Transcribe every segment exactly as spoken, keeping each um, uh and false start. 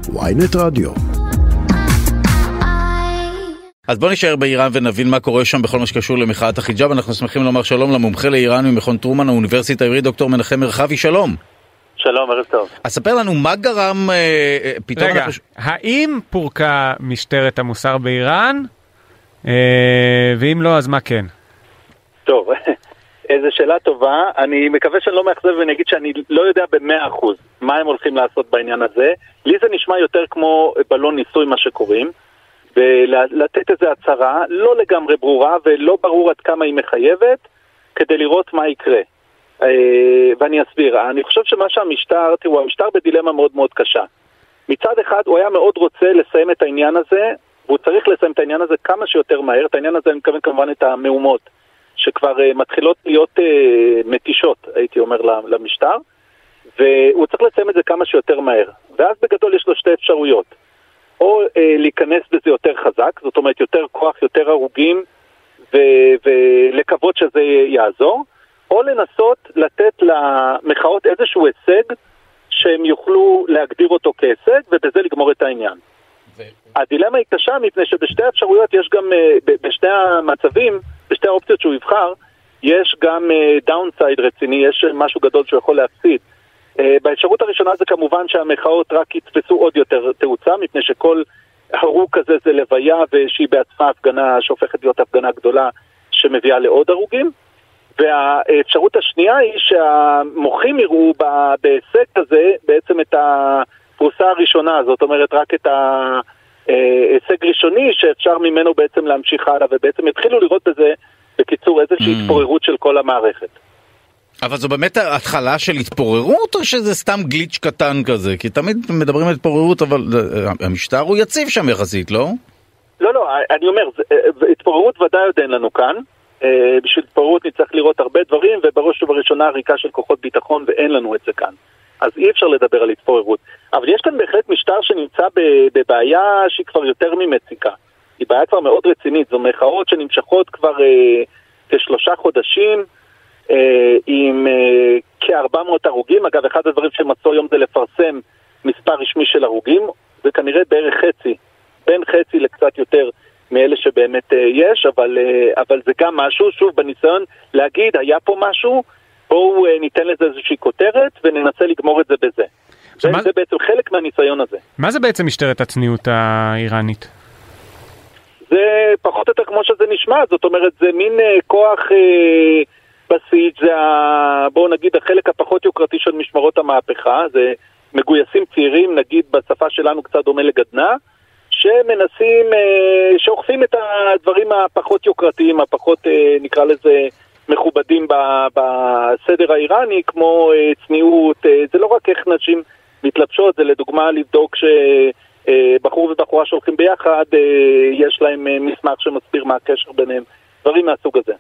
וויינט רדיו. אז בוא נשאר באיראן ונבין מה קורה שם בכל מה שקשור למחאת החיג'אב. אנחנו שמחים לומר שלום למומחה לאיראן ממכון טרומן האוניברסיטה העברית, דוקטור מנחם מרחבי. שלום. שלום, ערב טוב. אז ספר לנו מה גרם אה, פתאום... רגע, אנחנו... האם פורקה משטרת המוסר באיראן? אה, ואם לא, אז מה כן? טוב, איזו שאלה טובה. אני מקווה שאני לא מאכזב ואני אגיד שאני לא יודע במאה אחוז מה הם הולכים לעשות בעניין הזה. לי זה נשמע יותר כמו בלון ניסוי מה שקוראים, ולתת איזו הצהרה לא לגמרי ברורה ולא ברור עד כמה היא מחייבת, כדי לראות מה יקרה. ואני אסביר. אני חושב שמה שהמשטר, תראו, המשטר בדילמה מאוד מאוד קשה. מצד אחד הוא היה מאוד רוצה לסיים את העניין הזה, והוא צריך לסיים את העניין הזה כמה שיותר מהר. את העניין הזה אני מתכוון כמובן את המהומות, שכבר מתחילות להיות מתישות, הייתי אומר, למשטר, והוא צריך לסיים את זה כמה שיותר מהר. ואז בגדול יש לו שתי אפשרויות. או אה, להיכנס בזה יותר חזק, זאת אומרת יותר כוח, יותר הרוגים, ו- ולקוות שזה יעזור, או לנסות לתת למחאות איזשהו הישג, שהם יוכלו להגדיר אותו כהישג, ובזה לגמור את העניין. ו- הדילמה היא קשה, מפני שבשתי האפשרויות יש גם, אה, ב- בשתי המצבים, בשתי האופציות שהוא יבחר, יש גם דאונסייד אה, רציני, יש משהו גדול שהוא יכול להפסיד. Uh, באפשרות הראשונה זה כמובן שהמחאות רק יתפסו עוד יותר תאוצה, מפני שכל הרוג כזה זה לוויה, ושהיא בעצמה הפגנה שהופכת להיות הפגנה גדולה שמביאה לעוד הרוגים. והאפשרות השנייה היא שהמוחים יראו בהישג הזה בעצם את הפרוסה הראשונה, זאת אומרת רק את ההישג ראשוני שאפשר ממנו בעצם להמשיך הלאה, ובעצם התחילו לראות בזה בקיצור איזושהי mm. התפוררות של כל המערכת. אבל זו באמת התחלה של התפוררות, או שזה סתם גליץ' קטן כזה? כי תמיד מדברים על התפוררות, אבל המשטר הוא יציב שם יחסית, לא? לא, לא, אני אומר, התפוררות ודאי עוד אין לנו כאן. בשביל התפוררות נצטרך לראות הרבה דברים, ובראש ובראשונה הריקה של כוחות ביטחון, ואין לנו את זה כאן. אז אי אפשר לדבר על התפוררות. אבל יש כאן בהחלט משטר שנמצא בבעיה שהיא כבר יותר ממציקה. היא בעיה כבר מאוד רצינית. זו מחאות שנמשכות כבר כשלושה חודשים, עם כ-ארבע מאות הרוגים. אגב, אחד הדברים שמצאו היום זה לפרסם מספר רשמי של הרוגים, וכנראה בערך חצי, בין חצי לקצת יותר מאלה שבאמת יש, אבל, אבל זה גם משהו, שוב, בניסיון להגיד, היה פה משהו, בואו ניתן לזה איזושהי כותרת, וננסה לגמור את זה בזה. זה, מה... זה בעצם חלק מהניסיון הזה. מה זה בעצם משטרת הצניעות האיראנית? זה פחות או יותר כמו שזה נשמע, זאת אומרת, זה מין כוח... אה, בסיס, זה, בואו נגיד, החלק הפחות יוקרתי של משמרות המהפכה, זה מגויסים צעירים, נגיד בשפה שלנו קצת דומה לגדנה, שמנסים, שאוכפים את הדברים הפחות יוקרתיים, הפחות, נקרא לזה, מכובדים בסדר האיראני, כמו צניעות, זה לא רק איך נשים מתלבשות, זה לדוגמה לבדוק שבחור ובחורה שהולכים ביחד, יש להם מסמך שמסביר מה הקשר ביניהם, דברים מהסוג הזה.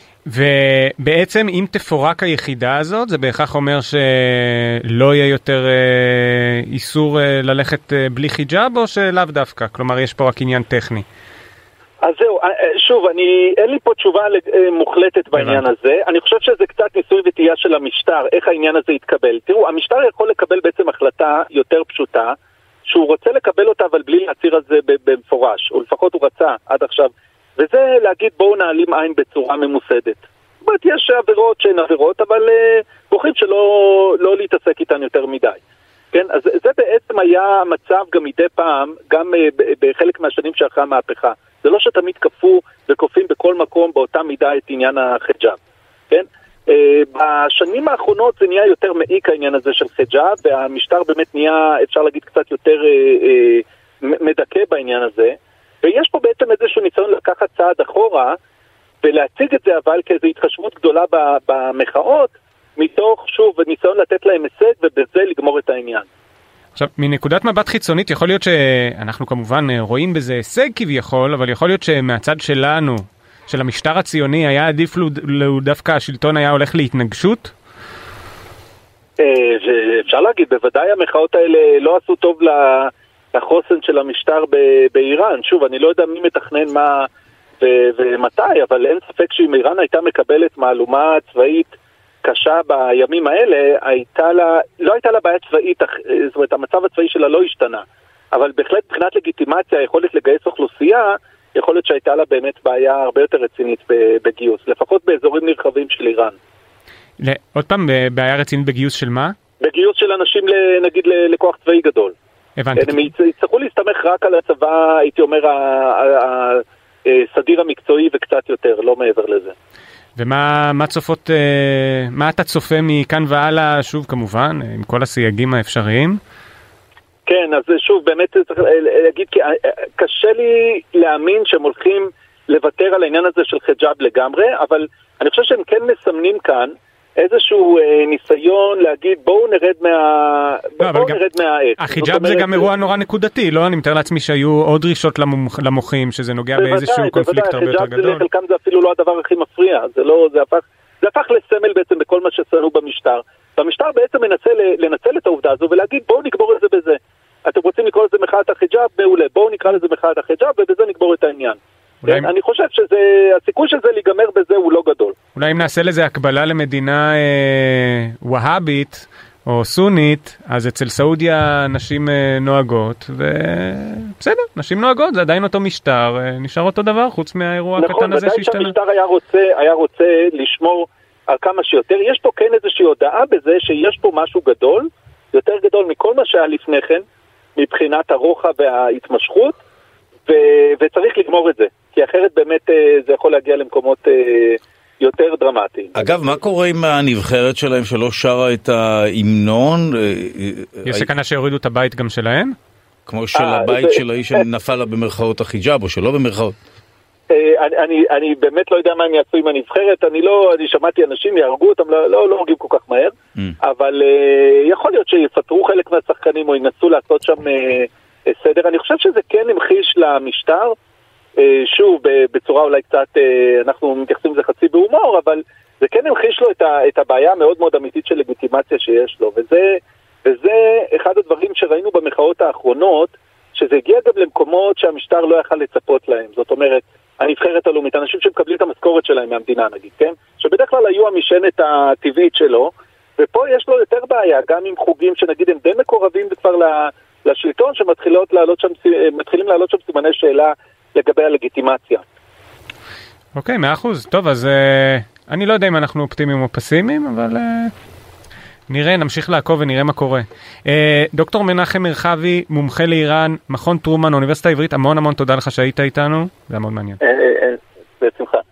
ובעצם אם תפורק היחידה הזאת, זה בהכרח אומר שלא יהיה יותר אה, איסור אה, ללכת אה, בלי חיג'אב, או שלאו דווקא? כלומר, יש פה רק עניין טכני. אז זהו, שוב, אני, אין לי פה תשובה מוחלטת בעניין הזה. אני חושב שזה קצת ניסוי וטעייה של המשטר, איך העניין הזה יתקבל. תראו, המשטר יכול לקבל בעצם החלטה יותר פשוטה, שהוא רוצה לקבל אותה, אבל בלי להצהיר על זה במפורש, או לפחות הוא רצה עד עכשיו. וזה להגיד בואו נעלים עין בצורה ממוסדת. זאת אומרת, יש עבירות שהן עבירות, אבל uh, בוחרים שלא לא להתעסק איתן יותר מדי. כן? אז זה בעצם היה המצב גם מדי פעם, גם uh, בחלק מהשנים שאחרי המהפכה. זה לא שתמיד כפו וכופים בכל מקום באותה מידה את עניין החיג'אב. כן? Uh, בשנים האחרונות זה נהיה יותר מעיק העניין הזה של חיג'אב, והמשטר באמת נהיה, אפשר להגיד, קצת יותר uh, uh, מדכא בעניין הזה. ויש פה בעצם איזשהו ניסיון לקחת צעד אחורה, ולהציג את זה אבל כאיזו התחשבות גדולה במחאות, מתוך, שוב, ניסיון לתת להם הישג, ובזה לגמור את העניין. עכשיו, מנקודת מבט חיצונית, יכול להיות שאנחנו כמובן רואים בזה הישג כביכול, אבל יכול להיות שמהצד שלנו, של המשטר הציוני, היה עדיף לו דווקא השלטון היה הולך להתנגשות? אפשר להגיד, בוודאי המחאות האלה לא עשו טוב ל... החוסן של המשטר באיראן. שוב, אני לא יודע מי מתכנן מה ו- ומתי, אבל אין ספק שאם איראן הייתה מקבלת מהלומה צבאית קשה בימים האלה, הייתה לה, לא הייתה לה בעיה צבאית, זאת אומרת, המצב הצבאי שלה לא השתנה. אבל בהחלט מבחינת לגיטימציה, היכולת לגייס אוכלוסייה, יכול להיות שהייתה לה באמת בעיה הרבה יותר רצינית בגיוס, לפחות באזורים נרחבים של איראן. עוד פעם, בעיה רצינית בגיוס של מה? בגיוס של אנשים, נגיד, לכוח צבאי גדול. הבנתי. הם יצטרכו להסתמך רק על הצבא, הייתי אומר, הסדיר המקצועי וקצת יותר, לא מעבר לזה. ומה מה צופות, מה אתה צופה מכאן והלאה, שוב כמובן, עם כל הסייגים האפשריים? כן, אז שוב, באמת צריך להגיד, כי קשה לי להאמין שהם הולכים לוותר על העניין הזה של חיג'אב לגמרי, אבל אני חושב שהם כן מסמנים כאן איזשהו אה, ניסיון להגיד בואו נרד מה... לא, בואו גם... נרד מהעץ. החיג'אב זה גם אירוע נורא נקודתי, לא? אני מתאר לעצמי שהיו עוד דרישות למוח... למוחים, שזה נוגע בוודאי, באיזשהו בוודאי, קונפליקט הרבה יותר גדול. חיג'אב חלקם זה אפילו לא הדבר הכי מפריע, זה לא, זה הפך, זה הפך לסמל בעצם בכל מה שצרינו במשטר. והמשטר בעצם מנסה לנצל את העובדה הזו ולהגיד בואו נגבור את זה בזה. אתם רוצים לקרוא לזה מחאת החיג'אב? מעולה. בואו נקרא לזה מחאת החיג'אב ובזה נגבור את העניין. אולי... אני חושב שהסיכוי של זה להיגמר בזה הוא לא גדול. אולי אם נעשה לזה הקבלה למדינה אה, והאבית או סונית, אז אצל סעודיה נשים אה, נוהגות, ובסדר, נשים נוהגות, זה עדיין אותו משטר, אה, נשאר אותו דבר, חוץ מהאירוע נכון, הקטן הזה שהשתנה. נכון, ודאי שהמשטר היה רוצה, היה רוצה לשמור על כמה שיותר. יש פה כן איזושהי הודעה בזה שיש פה משהו גדול, יותר גדול מכל מה שהיה לפני כן, מבחינת הרוחב וההתמשכות, ו... וצריך לגמור את זה. כי אחרת באמת זה יכול להגיע למקומות יותר דרמטיים. אגב, מה קורה עם הנבחרת שלהם שלא שרה את ההמנון? יש סכנה שהורידו את הבית גם שלהם? כמו של הבית של האיש שנפל לה במרכאות החיג'אב, או שלא במרכאות. אני באמת לא יודע מה הם יעשו עם הנבחרת, אני לא, אני שמעתי אנשים, יהרגו אותם, לא הורגים כל כך מהר, אבל יכול להיות שיפטרו חלק מהשחקנים, או ינסו לעשות שם סדר. אני חושב שזה כן המחיש למשטר, שוב, בצורה אולי קצת, אנחנו מתייחסים לזה חצי בהומור, אבל זה כן המחיש לו את הבעיה המאוד מאוד אמיתית של לגיטימציה שיש לו, וזה, וזה אחד הדברים שראינו במחאות האחרונות, שזה הגיע גם למקומות שהמשטר לא יכל לצפות להם. זאת אומרת, הנבחרת הלאומית, אנשים שמקבלים את המשכורת שלהם מהמדינה, נגיד, כן? שבדרך כלל היו המשענת הטבעית שלו, ופה יש לו יותר בעיה, גם עם חוגים שנגיד הם די מקורבים כבר לשלטון, שמתחילים לעלות שם, מתחילים לעלות שם סימני שאלה לגבי הלגיטימציה. אוקיי, מאה אחוז. טוב, אז אני לא יודע אם אנחנו אופטימיים או פסימיים, אבל נראה, נמשיך לעקוב ונראה מה קורה. דוקטור מנחם מרחבי, מומחה לאיראן, מכון טרומן, האוניברסיטה העברית, המון המון תודה לך שהיית איתנו, זה מאוד מעניין. בשמחה.